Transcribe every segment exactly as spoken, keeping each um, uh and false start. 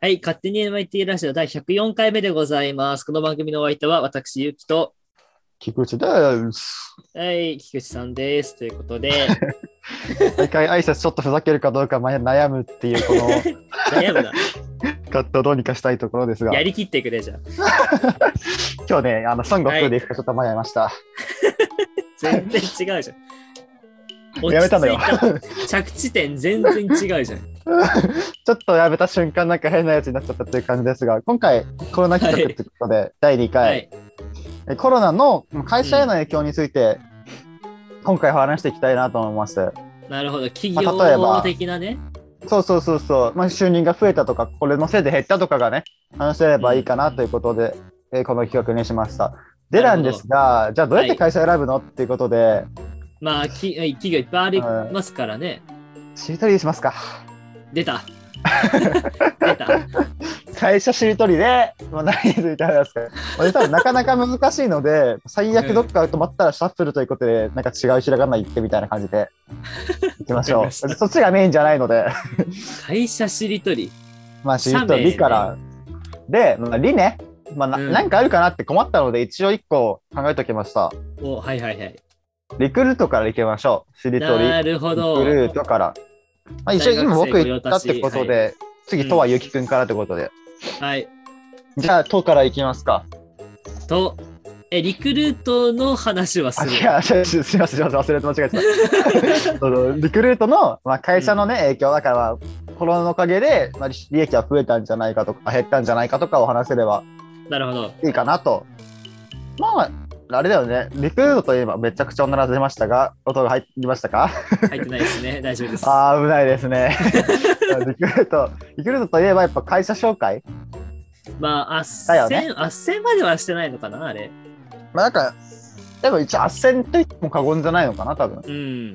はい、勝手に エムアイティー ラジオだいひゃくよんかいめでございます。この番組のお相手は私、ゆうきと、 菊池です。 はい、菊池さんです。ということで、 毎回挨拶ちょっとふざけるかどうか悩むっていうこの悩むな。 葛藤をどうにかしたいところですが、 やりきってくれじゃん。 今日ね、あの孫悟空でいくかちょっと迷いました。 全然違うじゃん。 やめたのよ。 着地点全然違うじゃん。 ちょっとやめた瞬間なんか変なやつになっちゃったっていう感じですが、今回コロナ企画ということで、はい、だいにかい、はい、コロナの会社への影響について、うん、今回話していきたいなと思いまして。 なるほど、企業的なね。 そうそうそうそう、まあ、収入が増えたとか、これのせいで減ったとかがね、話せればいいかなということで、うん、えー、この企画にしました。でなんですが、じゃあどうやって会社選ぶの、はい、っていうことで、 まあ、き企業いっぱいありますからね。 しりとりしますか。 出た。出た。 会社しりとりで、まあ、何について話すか。まあ、多分なかなか難しいので、最悪どっか止まったらシャッフルということで、なんか違うひらがな言ってみたいな感じでいきましょう。そっちがメインじゃないので。会社しりとり。 まあしりとりから。で、まあ、りね。まあ、うん、なんかあるかなって困ったので、一応一個考えておきました。 お、はいはいはい。 リクルートからいきましょう。しりとり。 なるほど。 リクルートから。まあ、一応今僕言ったってことで、はい、次、とはゆきくんからってことで。 はい。 じゃあ、とからいきますか。 と、え、リクルートの話はする。 いや、すみません、忘れて間違えてた。リクルートの、まあ、会社のね、うん、影響だから、まあ、コロナのおかげで、まあ、利益は増えたんじゃないかとか、減ったんじゃないかとかを話せればなるほど。 いいかなと。まあ、あれだよね、リクルートといえばめちゃくちゃおなら出ましたが、音が入りましたか？ 入ってないですね、大丈夫です。 ああ、危ないですね。リクルート、リクルートといえばやっぱ会社紹介？ まあ、あっせん、ね、あっせんまではしてないのかな、あれ。 まあなんか、でも一応あっせんと言っても過言じゃないのかな、多分。 うん。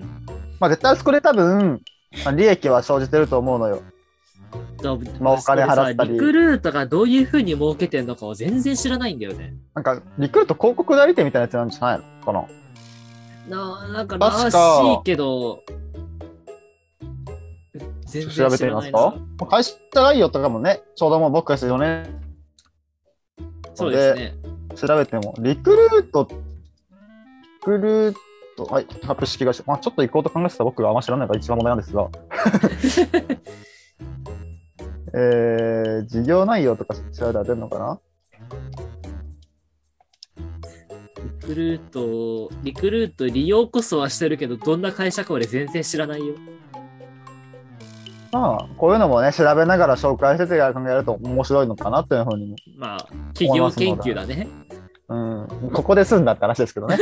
まあ絶対そこで多分、利益は生じてると思うのよ。まあ、お金払ったり。 リクルートがどういうふうに儲けてるのかを全然知らないんだよね。 なんかリクルート広告代理店みたいなやつなんじゃないのかな。 ななんからしいけど全然調べてみますか。会社概要とかもね、ちょうどもう僕ですよね。 そうですね。 調べてもリクルートリクルートはい株式会社、まあ、ちょっと行こうと考えてた僕があんま知らないのが一番問題なんですが。えー、事業内容とか調べたら出るのかな。 リクルート、リクルート利用こそはしてるけど、どんな会社か俺全然知らないよ。 まあ、こういうのもね、調べながら紹介してて考えると面白いのかなというふうに。 まあ、企業研究だね。 うん、ここで済んだって話ですけどね。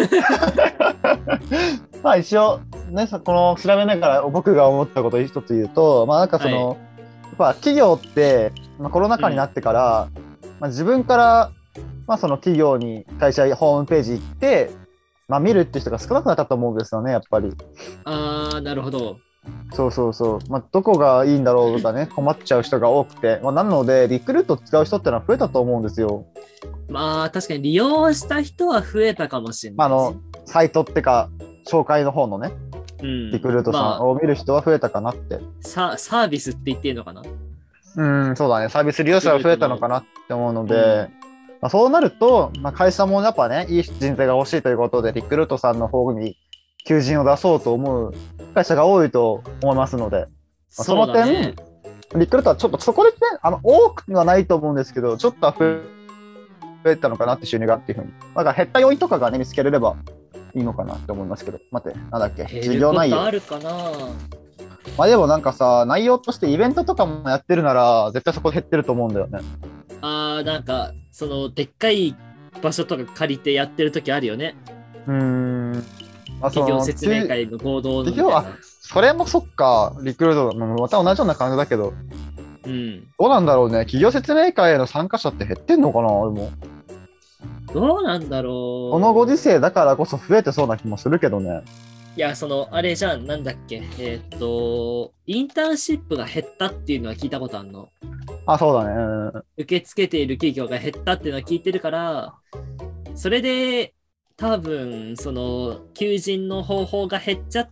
まあ一応、ね、この調べながら僕が思ったことを一つ言うと、まあなんかその、はい、やっぱ企業って、まあ、コロナ禍になってから、うん、まあ、自分から、まあ、その企業に会社ホームページ行って、まあ、見るっていう人が少なくなったと思うんですよね、やっぱり。 あー、なるほど。 そうそうそう、まあ、どこがいいんだろうとかね、困っちゃう人が多くて、まあ、なのでリクルート使う人ってのは増えたと思うんですよ。 まあ確かに利用した人は増えたかもしれない、 まあ、あのサイトってか紹介の方のね、うん、リクルートさんを見る人は増えたかなって、 まあ、サ, サービスって言っていいのかな。 うん、そうだね、サービス利用者が増えたのかなって思うので、うん、まあ、そうなると、まあ、会社もやっぱね、いい人材が欲しいということでリクルートさんの方に求人を出そうと思う会社が多いと思いますので、まあ、その点、ね、リクルートはちょっとそこでね、あの多くはないと思うんですけど、ちょっと増えたのかなって収入がっていうふうに、だから減った要因とかがね見つけれればいいのかなって思いますけど、待って、なんだっけ、事業内容。 あるかな。 まあでもなんかさ、内容としてイベントとかもやってるなら絶対そこ減ってると思うんだよね。 あー、なんかそのでっかい場所とか借りてやってる時あるよね。 うーん。 企業説明会の合同のみたいな。 あ、それもそっか、リクルートまた同じような感じだけど、 うん、 どうなんだろうね。企業説明会への参加者って減ってんのかな。でもどうなんだろう。 このご時世だからこそ増えてそうな気もするけどね。 いや、そのあれじゃん、なんだっけ、えー、っとインターンシップが減ったっていうのは聞いたことあるの。 あ、そうだね、うん、 受け付けている企業が減ったっていうのは聞いてるから、それで多分その求人の方法が減っちゃって、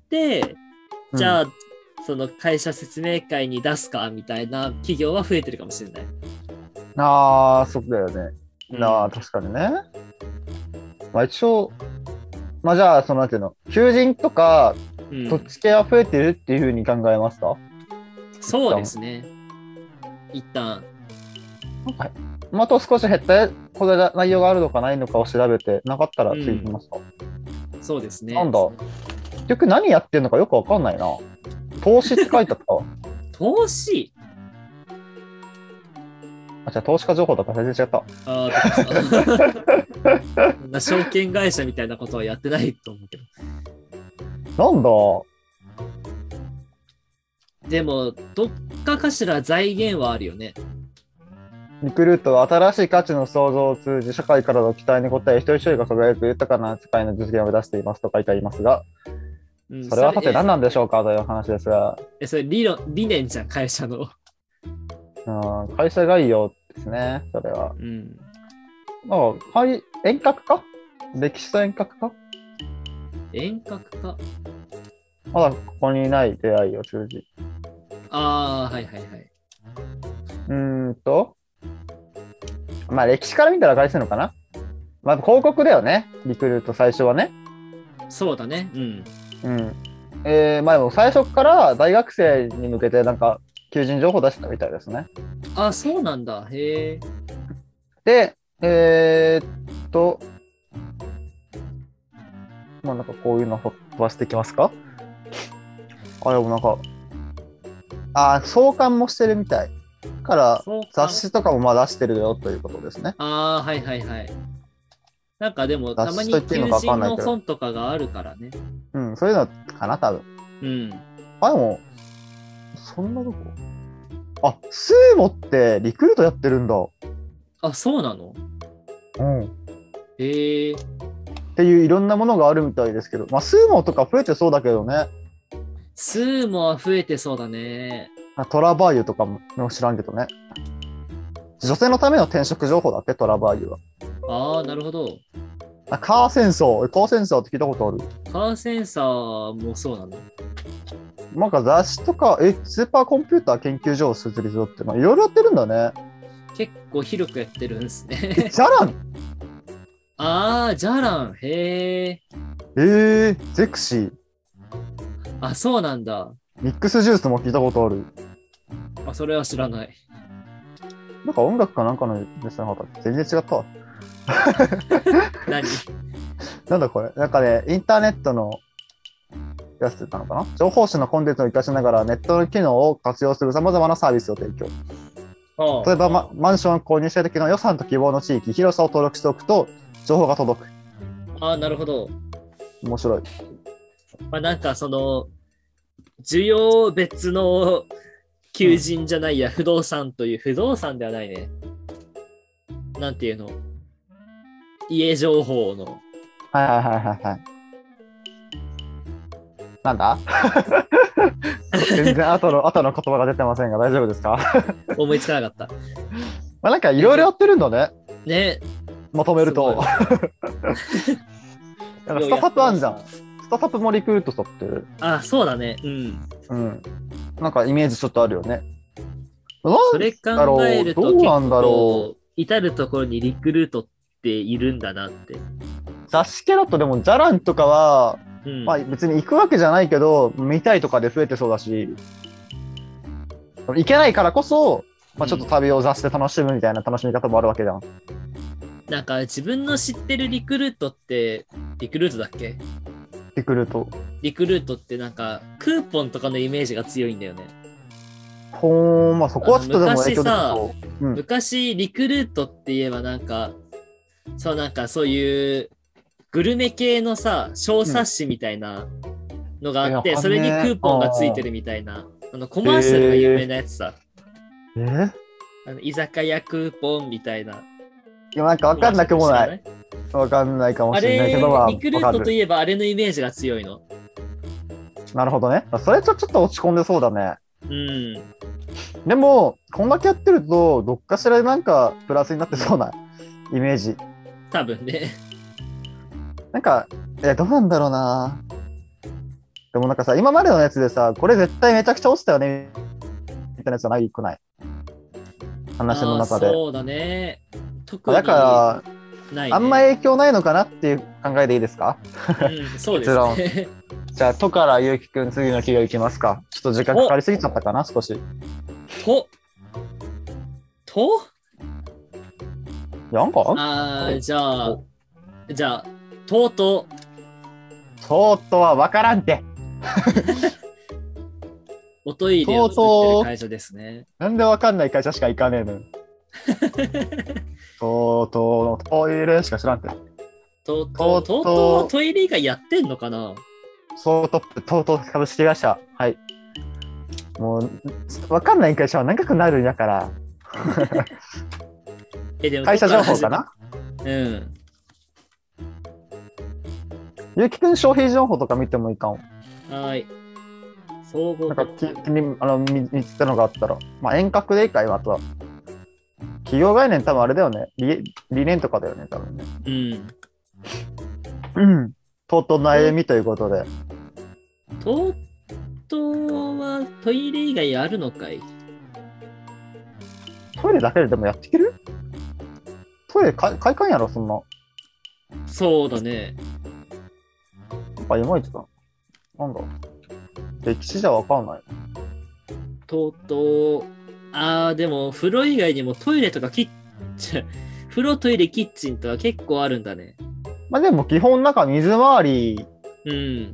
じゃあ、うん、その会社説明会に出すかみたいな企業は増えてるかもしれない。 ああ、そうだよね。 うんなあ、確かにね。まあ一応、まあじゃあ、そのなんていうの、求人とか、 うんそっち系は増えてるっていうふうに考えますか？ そうですね。一旦。 はい。まあ、あと少し減ったこれ内容があるのかないのかを調べて、なかったら次行きますか？ そうですね。 なんだ結局何やってんのかよくわかんないな。投資って書いてあったわ。 投資あ、じゃあ投資家情報だから全然違った。 ああ、びっくりしたそんな証券会社みたいなことはやってないと思うけど。 なんだでも、どっかかしら財源はあるよね。 リクルートは新しい価値の創造を通じ、社会からの期待に応え、一人一人が輝く豊かな世界の実現を目指していますと書いてありますが、 うん、 それはさてえ何なんでしょうかという話ですが、 え、それ理論、理念じゃん、会社の。 うん、会社概要ですね、それは。 うん。 なんかはい遠隔か歴史と遠隔か遠隔か。 まだここにない出会いを通じ。 ああ、はいはいはい。 うーんと、まあ歴史から見たら返せるのかな。まあ広告だよね、リクルート最初はね。 そうだね。うん。 うん。えー、まあでも最初から大学生に向けてなんか求人情報出したみたいですね。 あ、そうなんだ。へえ。 で、えー、っと、まあなんかこういうの飛ばしていきますか。あ、でもなんか、あ、創刊もしてるみたい。からそうか。 雑誌とかもまあ出してるよということですね。 ああ、はいはいはい。なんかでも、たま雑誌にと言っていいのか求人の分かんないけど。 本とかがあるからね。 うん、そういうのかな、多分。 うん。 あ、でも、そんなとこ。あ、スーモってリクルートやってるんだ。 あ、そうなのうん。っへえ。 ていういろんなものがあるみたいですけど、まあ、スーモとか増えてそうだけどね。 スーモは増えてそうだね。 トラバーユとかも知らんけどね。女性のための転職情報だって、トラバーユは。 ああ、なるほど。 あ、カーセンサー。えカーセンサーって聞いたことある？ カーセンサーもそうなのなんか雑誌とか、え、スーパーコンピューター研究所を設立って、まあ、いろいろやってるんだね。 結構広くやってるんですえ、 ね。 じゃらんああ、ジャラン。へえ。 えー、ゼクシー。 あ、そうなんだ。 ミックスジュースも聞いたことある。 あ、それは知らない。 なんか音楽かなんかのですね、全然違ったわ。 何なんだこれ。なんかね、インターネットのやつなのかな。情報誌のコンテンツを生かしながらネットの機能を活用するさまざまなサービスを提供。例えば、ま、マンションを購入した時の予算と希望の地域、広さを登録しておくと情報が届く。 ああ、なるほど。 面白い。 まあ、なんかその、需要別の求人じゃないや、うん、不動産という、不動産ではないね。なんていうの家情報の。 はいはいはいはいはい。なんだ全然後の後の言葉が出てませんが大丈夫ですか？ 思いつかなかった。 まあなんかいろいろやってるんだね。 ね。 まとめると。なんかスタサップあんじゃん。スタサップもリクルート取ってる。 あ、そうだね。うん。 うん。なんかイメージちょっとあるよね。 それ考えるとどうなんだろう。 至るところにリクルートっているんだなって。 雑誌系だとでもジャランとかは、うん、まあ別に行くわけじゃないけど見たいとかで増えてそうだし、行けないからこそ、まあ、ちょっと旅を雑誌で楽しむみたいな楽しみ方もあるわけじゃん。 なんか自分の知ってるリクルートってリクルートだっけ？ リクルート。 リクルートってなんかクーポンとかのイメージが強いんだよね。 ほー、まあそこはちょっとでも影響出てそう。 うん、昔リクルートって言えばなんかそうなんかそういうグルメ系のさ小冊子みたいなのがあって、うん、それにクーポンがついてるみたいなあのコマーシャルが有名なやつさ。 えー、 あの居酒屋クーポンみたいな。 いやなんか分かんなくもない。分かんないかもしれないけど、 あれリクルートといえばあれのイメージが強いの。 なるほどね。それちょっと落ち込んでそうだね。 うん。 でもこんだけやってるとどっかしらでなんかプラスになってそうなイメージ。 多分ね。 なんかえどうなんだろうな。でもなんかさ今までのやつでさこれ絶対めちゃくちゃ落ちたよねみたいなやつはないくない？ 話の中で。 そうだね。特にだから、 ないね、 あんま影響ないのかなっていう考えでいいですか？ うん、そうですね。 じゃあ、とからゆうきくん、次の企業いきますか。ちょっと時間かかりすぎちゃったかな、少し。 と、とやんかあー、じゃあ、じゃあ、とうとう、 そうとは分からんて。 おトイレを作ってる会社ですね。 なんで分かんない会社しか行かねえのよ。とうとうのトイレしか知らんて。 とうとう、とうとうトイレ以外やってんのかな？ そうトップ、とうとう株式会社。はい。もう、分かんない会社は長くなるんやから。 えでも会社情報かな？ うん。 ゆうきくん、商品情報とか見てもいいかも。 はい。総合なんか気にあの見見つけたのがあったら、まあ、遠隔でいいか、今とは。企業概念、多分あれだよね。理理念とかだよね、多分ね。 うん。 うん。とうとうの歩みということで。 とうとうはトイレ以外あるのかい？ トイレだけででもやっていける？トイレか買い替えんやろ、そんな。 そうだね。 なんかいまいちだ。なんだ。歴史じゃわかんない。 とうとう、あー、でも風呂以外にもトイレとかキッチン、風呂、トイレ、キッチンとか結構あるんだね。 まあでも基本なんか水回りうん。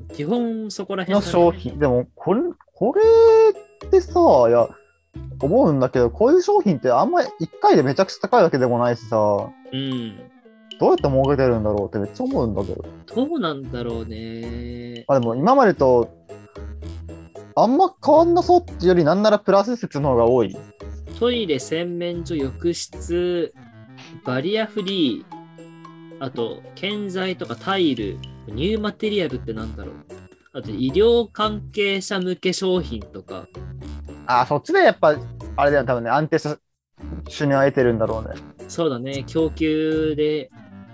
基本そこら辺のだね商品、でもこれ、これってさ、いや、思うんだけど、こういう商品ってあんまりいっかいでめちゃくちゃ高いわけでもないしさ、 うん。 どうやって儲けてるんだろうってめっちゃ思うんだけど。 どうなんだろうね。 まあでも今までとあんま変わんなそうっていうよりなんならプラス説の方が多い。 トイレ、洗面所、浴室、バリアフリー、あと、建材とかタイル、ニューマテリアルってなんだろう。あと、医療関係者向け商品とか。 あ、そっちでやっぱ、あれだよ、多分ね、安定した収入を得てるんだろうね。 そうだね、供給で。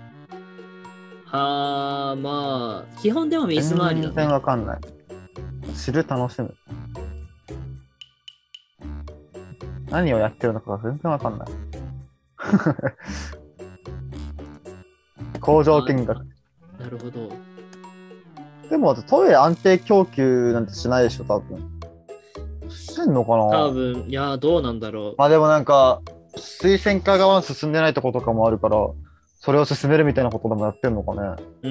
はあ、まあ、基本でも水回りだ全然ね。 わかんない。知る楽しむ。何をやってるのかが全然わかんない。工場見学。 なるほど。 でもトイレ安定供給なんてしないでしょ、多分。してんのかな？ 多分、いや、どうなんだろう。 まあでもなんか、推薦化側に進んでないとことかもあるから、それを進めるみたいなことでもやってんのかね。 うん。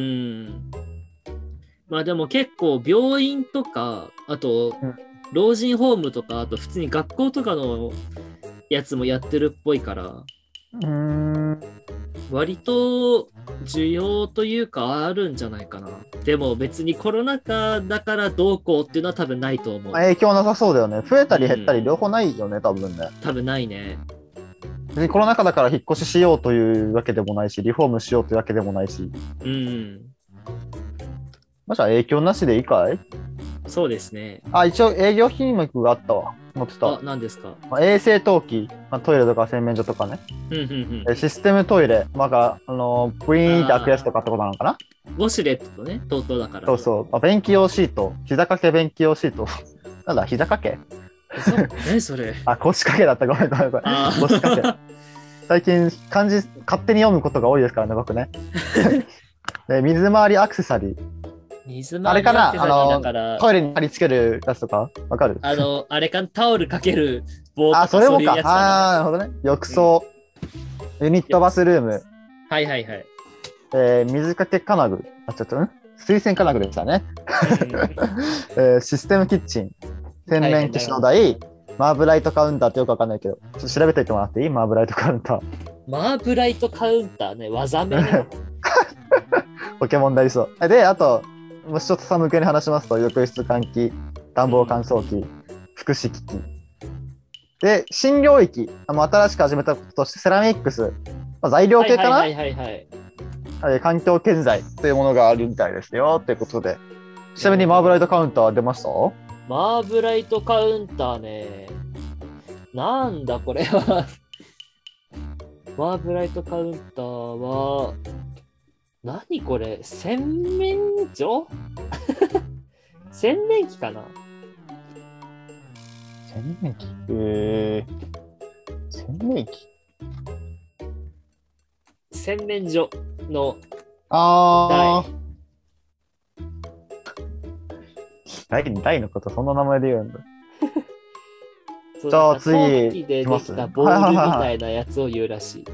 まあでも結構病院とか、あとうん、 老人ホームとか、あと普通に学校とかのやつもやってるっぽいから、 うーん。 割と需要というかあるんじゃないかな。でも別にコロナ禍だからどうこうっていうのは多分ないと思う。 まあ、影響なさそうだよね。増えたり減ったり両方ないよね、多分ね。 多分ないね。 別にコロナ禍だから引っ越ししようというわけでもないし、リフォームしようというわけでもないし。 うん。 まあ、じゃあ影響なしでいいかい？ そうですね。 あ、一応営業品目があったわ。持ってた。 あ、何ですか？ まあ、衛生陶器、まあ、トイレとか洗面所とかね。 うんうんえシステムトイレ、まあ、あのブイーンって開くやつとかってことなのかな？ うん。ウォシュレットとね、とうとうだから。 そうそう。あ、便器用シート。膝掛け便器用シート。なんだ、膝掛け？ 何それ？ あ、腰掛けだった。ごめんごめんごめん。 あー腰掛け。最近漢字勝手に読むことが多いですからね、僕ね。で水回りアクセサリー。 水あれかな、 回りアクセサリーだから、 トイレに貼り付けるやつとかわかる？ あの、あれかん、タオルかける棒とかあ、それもか。 そういうやつかな。 あー、なるほどね。浴槽、ユニットバスルーム、 はいはいはい。 えー水かけ金具。あ、ちょっと、ん水洗金具でしたね。えーシステムキッチン、洗面機種台、マーブライトカウンターってよくわかんないけど、ちょっと調べておいてもらっていい？マーブライトカウンター。 マーブライトカウンターね、技名ね。 ポケモン大そう。で、あと、もう一つさ向けに話しますと、浴室換気、暖房乾燥機、福祉機器。で、新領域、あの新しく始めたこととしてセラミックス、まあ、材料系かな、 はいはいはいはい、はいえー環境建材というものがあるみたいですよということで。ちなみにマーブライトカウンター出ました？ マーブライトカウンターね。なんだこれは。マーブライトカウンターは、何これ？洗面所？洗面器かな？ 洗面器えー、洗洗面器。 洗面所のあー。台台のことそんな名前で言うんだ。 そうじゃあなんか陶次器ででいきますきたボールみたいなやつを言うらしい。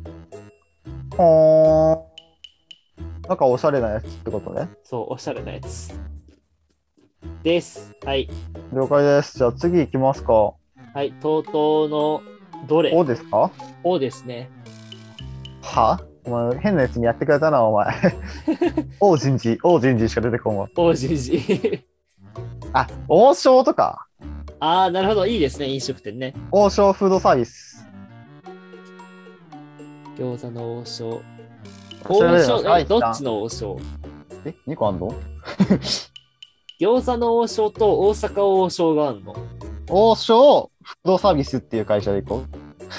ほー。なんかおしゃれなやつってことね。 そう、おしゃれなやつ。です。はい。 了解です。じゃあ次行きますか。 はい。とうとうのどれおですか？ おですね。 はお前変なやつにやってくれたな、お前。王人事、王人事しか出てこんわ。 王子寺。 あ、王将とか。 ああ、なるほど。いいですね。飲食店ね。 王将フードサービス。 餃子の王将。 調べてみます王将、え、 はいどっちの王将？ え、にこあんの？ 餃子の王将と大阪王将があるの。 王将フードサービスっていう会社で行こう。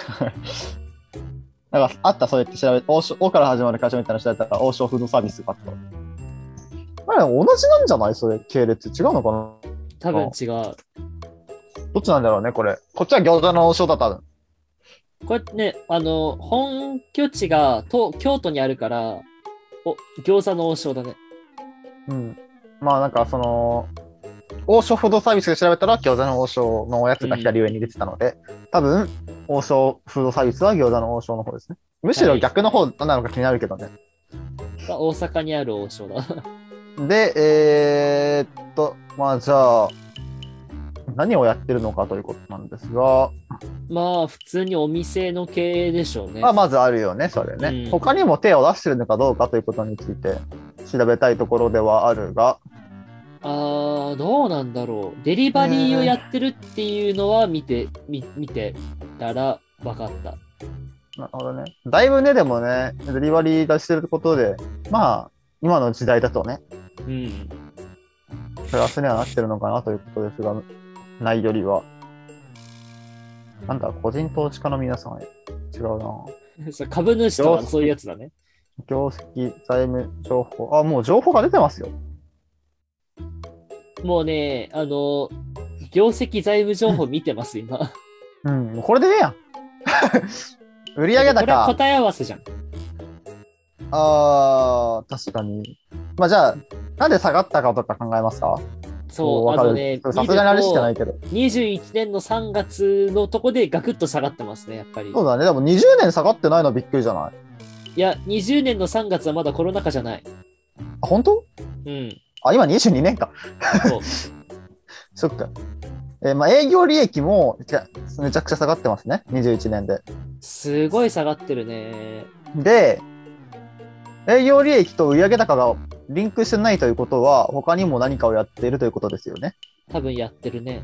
なんかあった、そうやって調べて、王将、O から始まる会社みたいなの調べたら、王将フードサービスがあった。あれ、同じなんじゃないそれ、系列。違うのかな？ 多分違う。 どっちなんだろうね、これ。こっちは餃子の王将だ、多分。 これね、あの、本拠地がと京都にあるから、お、餃子の王将だね。 うん。まあ、なんか、その、王将フードサービスで調べたら、餃子の王将のおやつが左上に出てたので、うん、多分、王将フードサービスは餃子の王将の方ですね。むしろ逆の方なのか気になるけどね。 はい、大阪にある王将だ。 で、えー、っと、まあ、じゃあ、何をやってるのかということなんですが、 まあ、普通にお店の経営でしょうね。 まあ、まずあるよね、それね、うん。他にも手を出してるのかどうかということについて調べたいところではあるが、 ああ、どうなんだろう。デリバリーをやってるっていうのは見て、み見てたら分かった。 なるほどね。だいぶね、でもね、デリバリー出してることで、まあ、今の時代だとね、 うん。 プラスにはなってるのかなということですが、ないよりは。なんだ、個人投資家の皆さんへ。違うな。 株主とかそういうやつだね。 業績、財務情報。あ、もう情報が出てますよ。 もうね、あの、業績財務情報見てます、今。 うん、これでええやん。売上高。 これは答え合わせじゃん。 あー、確かに。まあじゃあ、なんで下がったかとか考えますか？ そう、あのね、 さすがにあれしかないけど。 にじゅういちねんのさんがつのとこでガクッと下がってますね、やっぱり。 そうだね、でもにじゅうねん下がってないのはびっくりじゃない？ いや、にじゅうねんのさんがつはまだコロナ禍じゃない。 あ、本当？ うん。 あ、今にじゅうにねんか。そう。そっか。えー、まあ営業利益もめちゃくちゃ下がってますね、にじゅういちねんで。 すごい下がってるね。 で、営業利益と売上高がリンクしてないということは、他にも何かをやっているということですよね。 多分やってるね。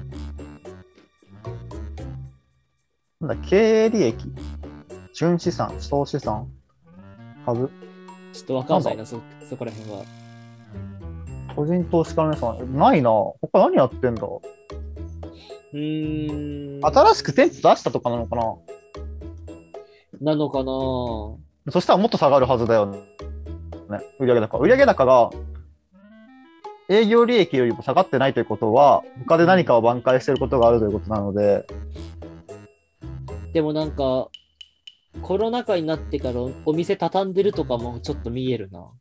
なんだ、経営利益、純資産、総資産、株。 ちょっとわかんないな、そ、そこら辺は。 個人投資家の皆さん、ないな。他何やってんだ？ うーん。 新しく店舗出したとかなのかな？ なのかな？ そしたらもっと下がるはずだよね。売上高。売上高が営業利益よりも下がってないということは、他で何かを挽回していることがあるということなので。 でもなんか、コロナ禍になってからお店畳んでるとかもちょっと見えるな。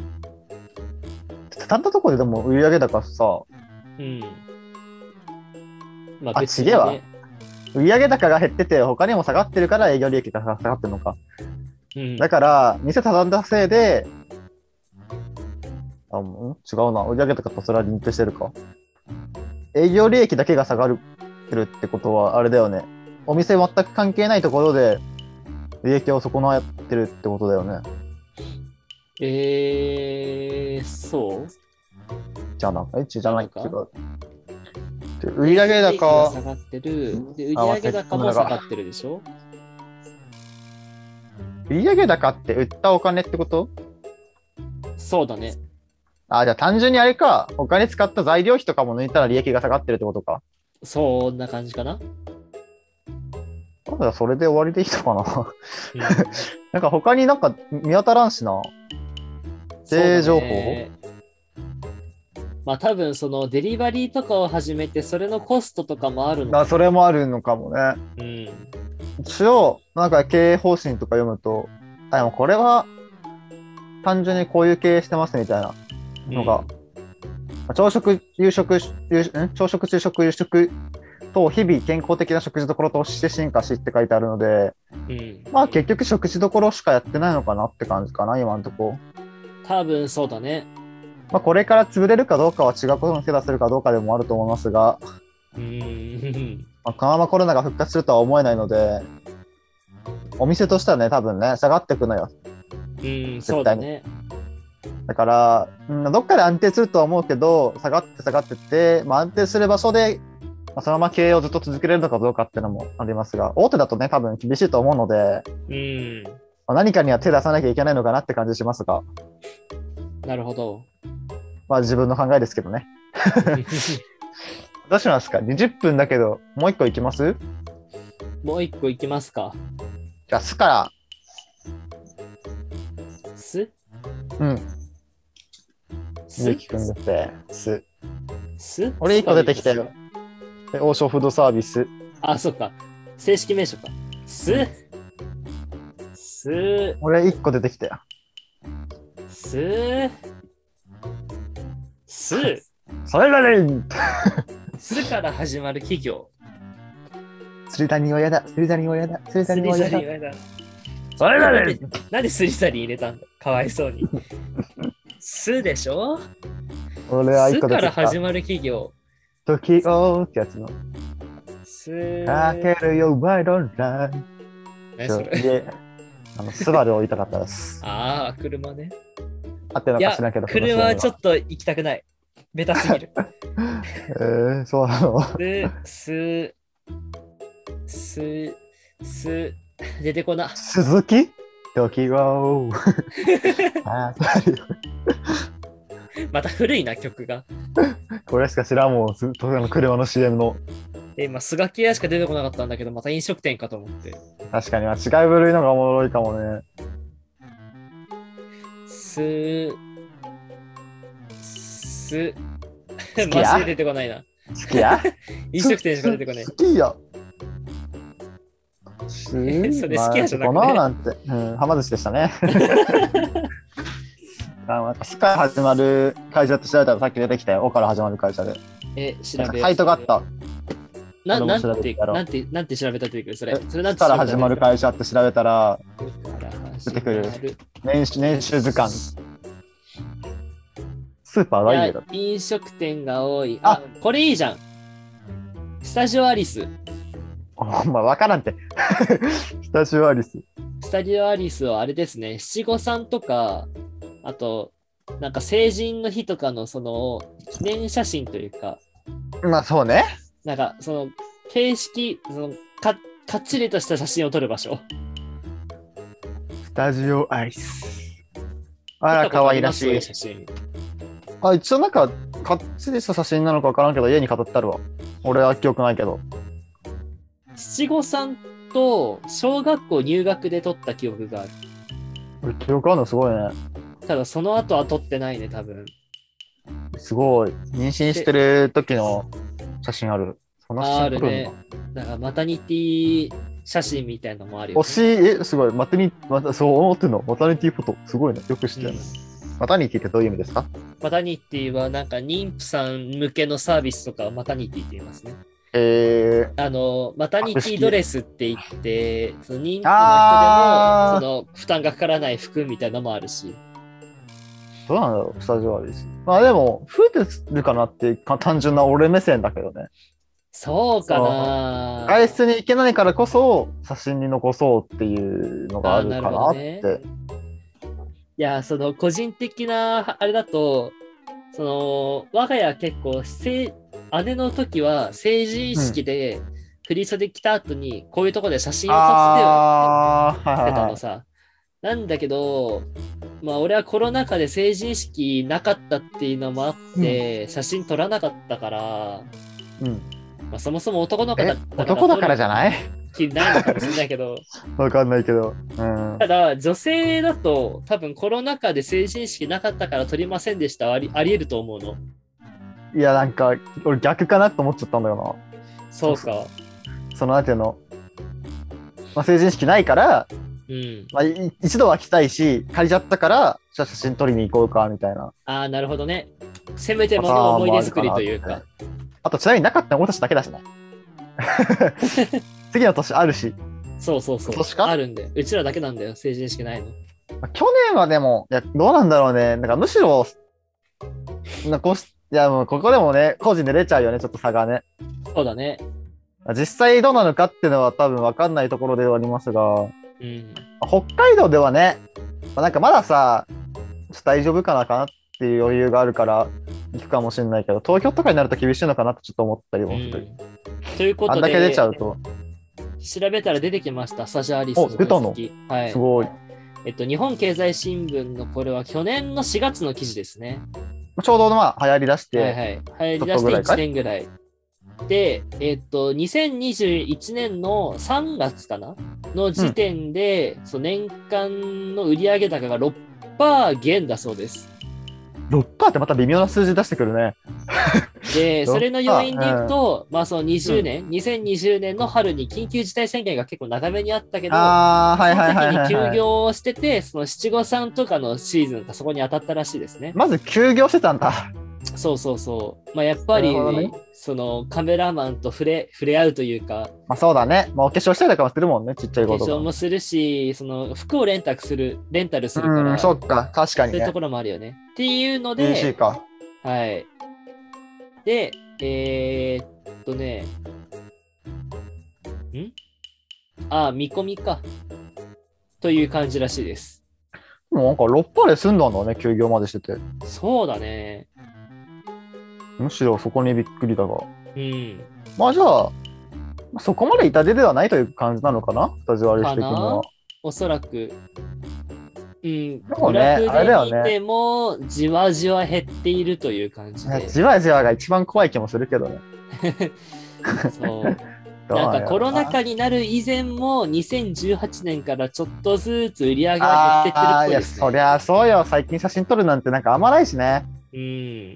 畳んだところででも売上高さ、 うん。まあ、 別にね、あ、違えわ。売上高が減ってて、他にも下がってるから営業利益が下がってるのか。うん、だから、店畳んだせいで、あ、もう違うな。売上高とそれはリンクしてるか。営業利益だけが下がるってことは、あれだよね。お店全く関係ないところで、利益を損なってるってことだよね。 えー、そうじゃなえじゃない違う。 売上高が下がってる。で、売上高も下がってるでしょ？ 売上高って売ったお金ってこと？ そうだね。 あ、じゃあ単純にあれか。お金使った材料費とかも抜いたら利益が下がってるってことか。 そんな感じかな。 ただそれで終わりでいいのかな、うん、なんか他になんか見当たらんしな。経営情報、 まあ多分そのデリバリーとかを始めてそれのコストとかもあるのか。 あ、それもあるのかもね。 うん。 一応、なんか経営方針とか読むと、あ、でもこれは単純にこういう経営してますみたいなのが、うん、朝食、夕食、夕ん朝食、昼食、夕食と日々健康的な食事どころとして進化しって書いてあるので、うん、まあ結局食事どころしかやってないのかなって感じかな、今のところ。 多分そうだね。 まあこれから潰れるかどうかは違うことに手出せるかどうかでもあると思いますが、 うーんまあ、このままコロナが復活するとは思えないので、お店としてはね、多分ね、下がっていくのよ。 うん、そうだね。 だから、うん、どっかで安定するとは思うけど、下がって下がってって、まあ、安定する場所で、まあ、そのまま経営をずっと続けれるのかどうかっていうのもありますが、大手だとね、多分厳しいと思うので、 うんまあ、何かには手出さなきゃいけないのかなって感じしますが。 なるほど。 まあ自分の考えですけどね。どうしますか ?にじゅっ 分だけど、もう一個いきます？ もう一個いきますか。 じゃあ、すから。 すうん。 すゆうきくんだって、す。 す俺一個出てきたよ。王将フードサービス。 あ、そっか。正式名称か。す。す。 俺一個出てきたよ。 す。す。 それだね。 すから始まる企業。 スリザリンは嫌だ。スリザリンは嫌だ。スリザリンは嫌だ。 それだね。なんでスリザリン入れたんだ、かわいそうに。すでしょ。 俺は一個出てきた。 すから始まる企業。 時をってやつの。 す。 かけるよ、バイドンライ。 何それ。 あの、スバルを言いたかったです。 ああ、車ね。 合ってるのか知らんけど。 車はちょっと行きたくない。ベタすぎる。 えー、そうなの。 す、す、す、す、出てこな。 鈴木時を。 また古いな、曲が。 これしか知らんもん、ずっと車の シーエム の。 え、今、スガキ屋しか出てこなかったんだけど、また飲食店かと思って。 確かに、違い古いのがおもろいかもね。 す、す、マジで出てこないな。 好きや飲食店しか出てこない。 好きや。 それ好きやじゃなくて、 まあ、なんて、うん、はま寿司でしたね。あのスカイ始まる会社って調べたらさっき出てきたよ。おから始まる会社で。 え、調べサイトがあった。 な、なんて、なんて、なんて調べたって出てくるそれ。それなんてから始まる会社って調べたら出てくる。年収、年収図鑑。スーパーがいいよ。 飲食店が多い。あ、これいいじゃん。スタジオアリス。 まあ、わからんて。スタジオアリス。 スタジオアリスはあれですね。七五三とか、あと、なんか成人の日とかのその記念写真というか。 まあそうね。 なんかその形式、そのかかっちりとした写真を撮る場所。 スタジオアリス。あら、かわいらしい。 写真。 あ、一応なんか、かっちりした写真なのかわからんけど、家に飾ってあるわ。俺は記憶ないけど。 七五三と小学校入学で撮った記憶がある。 記憶あるのすごいね。 ただその後は撮ってないね、多分。 すごい。妊娠してる時の写真ある。 その写真あるね。だからマタニティ写真みたいなのもあるよ、 ね。惜しい、え、すごい。マタニ、また、そう思ってんの。マタニティフォト。すごいね。よく知ってるね。うん、マタニティってどういう意味ですか？ マタニティはなんか妊婦さん向けのサービスとかマタニティって言いますね。 えー、 あのマタニティドレスって言って、その妊婦の人でもその負担がかからない服みたいなのもあるし。 どうなんだろう、スタジオアリス。まあでも、増えてるかなって単純な俺目線だけどね。 そうかな。 外出に行けないからこそ、写真に残そうっていうのがあるかなって。ね、 いや、その個人的なあれだと、その我が家結構、姉の時は成人式で振り袖着た後に、こういうところで写真を撮ってたのさ。なんだけど、まあ俺はコロナ禍で成人式なかったっていうのもあって、うん、写真撮らなかったから、うんまあ、そもそも男の子だったから男だからじゃない気ないのかもしれないけどわかんないけど、うん、 ただ女性だと多分コロナ禍で成人式なかったから撮りませんでしたあり、ありえると思うの。 いやなんか俺逆かなと思っちゃったんだよな。 そうか。 そのなんていうのまあ、成人式ないから、 うん。 まあ、い一度は来たいし、借りちゃったから、じゃあ写真撮りに行こうかみたいなああ、なるほどね。せめてパタものーンもある思い出作りかなって。 というか。 あと、ちなみになかったの俺たちだけだしね。次の年あるし。 そうそうそう。 今年かあるんで。うちらだけなんだよ、成人式ないの。 まあ去年はでも、いや、どうなんだろうね。なんかむしろ、なこうしいや、もうここでもね、個人で出ちゃうよね、ちょっと差がね。 そうだね。 実際どうなのかっていうのは多分分かんないところではありますが、 うん。 北海道ではね、まあ、なんかまださ、ちょっと大丈夫かなかなっていう余裕があるから行くかもしれないけど、東京とかになると厳しいのかなってちょっと思ったりもする。 うん、ということあんだけ出ちゃで、 うと。 調べたら出てきました、スタジオアリスのお、出たの分析。はい。 すごい。 えっと、日本経済新聞のこれは去年のしがつの記事ですね。 ちょうどまあ流行り出しはいて、 はい。入り出していちねんぐらい。で、えっと、にせんにじゅういちねんのさんがつかなの時点で、うん、その年間の売上高が ろくパーセント 減だそうです。 ろくパーセント ってまた微妙な数字出してくるね。 で、それの要因でいくと、うん、まあそのにじゅうねん、うん、にせんにじゅうねんの春に緊急事態宣言が結構長めにあったけど、 あー、はいはいはいはいはい、 その時に休業をしてて、その七五三とかのシーズンがそこに当たったらしいですね。 まず休業してたんだ。 そうそうそう。まあやっぱり、ね、そのカメラマンと触れ触れ合うというか。 まあそうだね。まあお化粧したりとかもするもんね、ちっちゃい子とか。 お化粧もするし、その服をレンタルする、レンタルするから。 うん、そっか、確かに、ね。 そういうところもあるよね。っていうので、 嬉しいか。 はい。で、えー、っとね、んあ、見込みか。という感じらしいです。 もうなんかろくパーセントで済んだんだね、休業までしてて。 そうだね。 むしろそこにびっくりだが。 うん。 まあじゃあ、そこまで痛手ではないという感じなのかな、スタジオアリス的には。 おそらく。うん、 でもね、 グラフで見ても、じわじわ減っているという感じで。 じわじわが一番怖い気もするけどね。 そう。なんかコロナ禍になる以前もにせんじゅうはちねんからちょっとずつ売り上げが減ってってるっぽいですね。 いや、そりゃそうよ。最近写真撮るなんてなんかあんまないしね。 うん。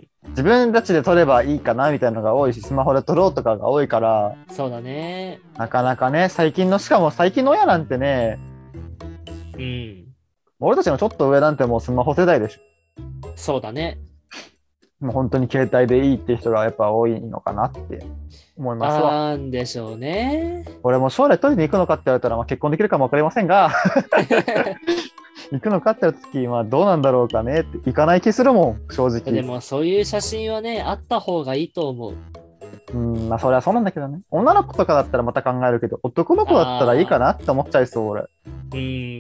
自分たちで撮ればいいかなみたいなのが多いし、スマホで撮ろうとかが多いから。 そうだね。 なかなかね、最近の、しかも最近の親なんてね、 うん。 俺たちのちょっと上なんてもうスマホ世代でしょ。 そうだね。 もう本当に携帯でいいっていう人がやっぱ多いのかなって思いますわ。 なんでしょうね。 俺も将来取りに行くのかって言われたら、まあ、結婚できるかも分かりませんが行くのかって言った時はどうなんだろうかねって、行かない気するもん、正直。 でもそういう写真はね、あった方がいいと思う。 うん、まあそれはそうなんだけどね。女の子とかだったらまた考えるけど、男の子だったらいいかなって思っちゃいそう、俺。 うん。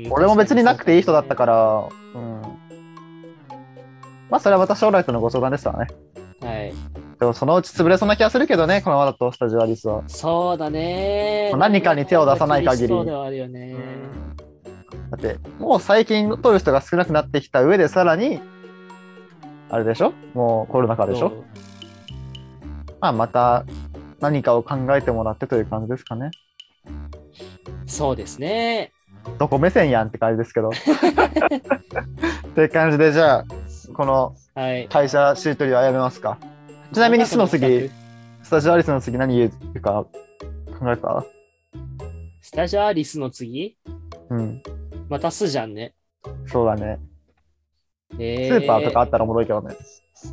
俺も別になくていい人だったから、うん。まあそれはまた将来とのご相談ですわね。 はい。 でもそのうち潰れそうな気がするけどね、このままだとスタジオアリスは。 そうだね。 何かに手を出さない限り。 そうではあるよね。 だって、もう最近撮る人が少なくなってきた上で、さらに、あれでしょ、もうコロナ禍でしょ。まあまた何かを考えてもらってという感じですかね。 そうですね。 どこ目線やんって感じですけど。っていう感じで、じゃあ、この会社しりとりはやめますか。はい、ちなみに、スの次、スタジオアリスの次何言うか考えた？ スタジオアリスの次？ うん。 またスじゃんね。 そうだね。 えー、スーパーとかあったらおもろいけどね。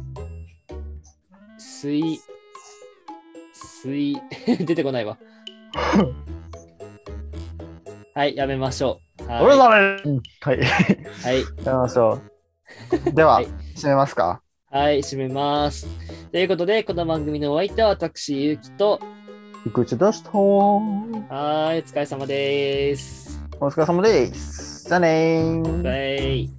スイ、スイ、出てこないわ。はい、やめましょう。 はい。俺だね。はい。はい。やめましょう。では、はい、締めますか。 はい、締めます。ということで、この番組のお相手は私、ゆうきと、 いくちでした。はい、 お疲れ様です。 お疲れ様です。じゃあねー。 バイ。